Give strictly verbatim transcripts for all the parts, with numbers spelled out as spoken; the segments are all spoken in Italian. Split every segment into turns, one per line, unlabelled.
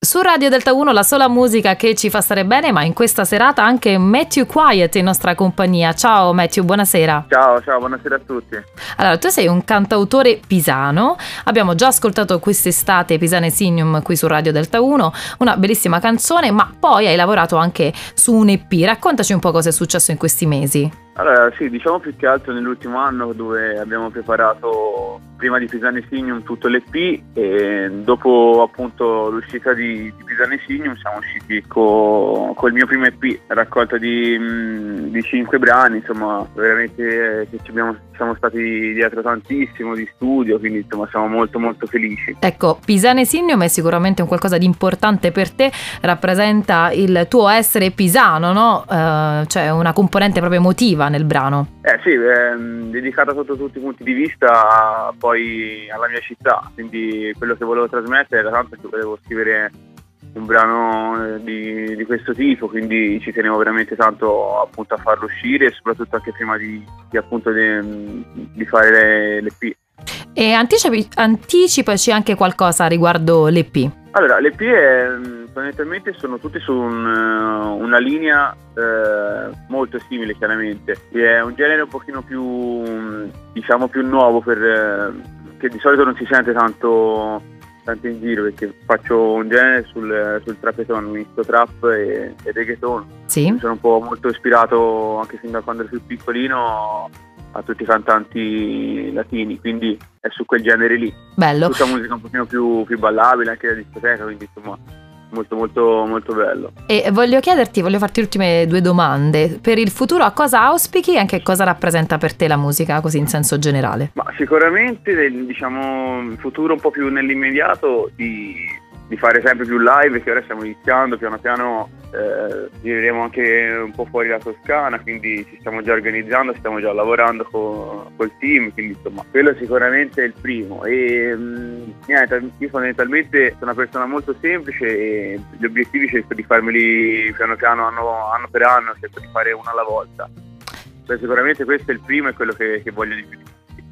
Su Radio Delta uno la sola musica che ci fa stare bene, ma in questa serata anche Matthew Quiet in nostra compagnia. Ciao Matthew, buonasera.
Ciao, ciao, buonasera a tutti.
Allora, tu sei un cantautore pisano, abbiamo già ascoltato quest'estate Pisane Signum qui su Radio Delta uno, una bellissima canzone, ma poi hai lavorato anche su un E P. Raccontaci un po' cosa è successo in questi mesi.
Allora, sì, diciamo più che altro nell'ultimo anno dove abbiamo preparato prima di Pisane Signum tutto l'E P e dopo appunto l'uscita di, di Pisane Signum siamo usciti con co il mio primo E P, raccolta di, mh, di cinque brani, insomma, veramente che ci abbiamo, siamo stati dietro tantissimo di studio, quindi insomma siamo molto molto felici.
Ecco, Pisane Signum è sicuramente un qualcosa di importante per te, rappresenta il tuo essere pisano, no? Uh, cioè una componente proprio emotiva nel brano.
Eh sì, è dedicata sotto tutti i punti di vista poi alla mia città, quindi quello che volevo trasmettere era tanto che volevo scrivere un brano di, di questo tipo, quindi ci tenevo veramente tanto appunto a farlo uscire e soprattutto anche prima di, di appunto di, di fare l'E P.
E anticipi, anticipaci anche qualcosa riguardo l'E P.
Allora, l'E P è, fondamentalmente sono tutti su un, una linea eh, molto simile chiaramente, è un genere un pochino più, diciamo, più nuovo per, eh, che di solito non si sente tanto, tanto in giro, perché faccio un genere sul, sul trapetone, un misto trap e, e reggaeton.
Sì.
Mi sono un po' molto ispirato anche fin da quando ero più piccolino a tutti i cantanti latini, quindi è su quel genere lì.
Bello.
Tutta musica un pochino più, più ballabile anche da discoteca, quindi insomma molto molto molto bello.
E voglio chiederti, voglio farti le ultime due domande. Per il futuro a cosa auspichi e anche cosa rappresenta per te la musica, così in senso generale?
Ma sicuramente diciamo il futuro un po' più nell'immediato di, di fare sempre più live, che ora stiamo iniziando piano piano. Eh, gireremo anche un po' fuori la Toscana, quindi ci stiamo già organizzando, stiamo già lavorando con, col team, quindi insomma quello sicuramente è il primo. E mh, niente, io fondamentalmente sono una persona molto semplice e gli obiettivi cerco di farmeli piano piano, anno, anno per anno, cerco di fare uno alla volta. Beh, sicuramente questo è il primo e quello che, che voglio di più.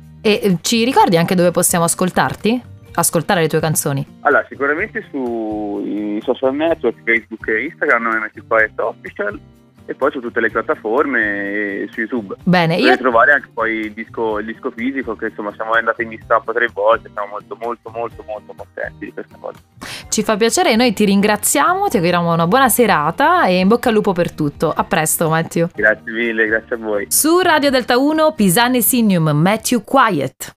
E ci ricordi anche dove possiamo ascoltarti? Ascoltare le tue canzoni?
Allora, sicuramente sui social network, Facebook e Instagram, Matthew Quiet Official, e poi su tutte le piattaforme e su YouTube.
Bene, io...
Potete trovare anche poi il disco, il disco fisico, che insomma siamo andati in stampa tre volte, siamo molto molto molto molto contenti di questa cosa.
Ci fa piacere, noi ti ringraziamo, ti auguriamo una buona serata e in bocca al lupo per tutto. A presto Matthew.
Grazie mille, grazie a voi.
Su Radio Delta uno Pisane Signum, Matthew Quiet.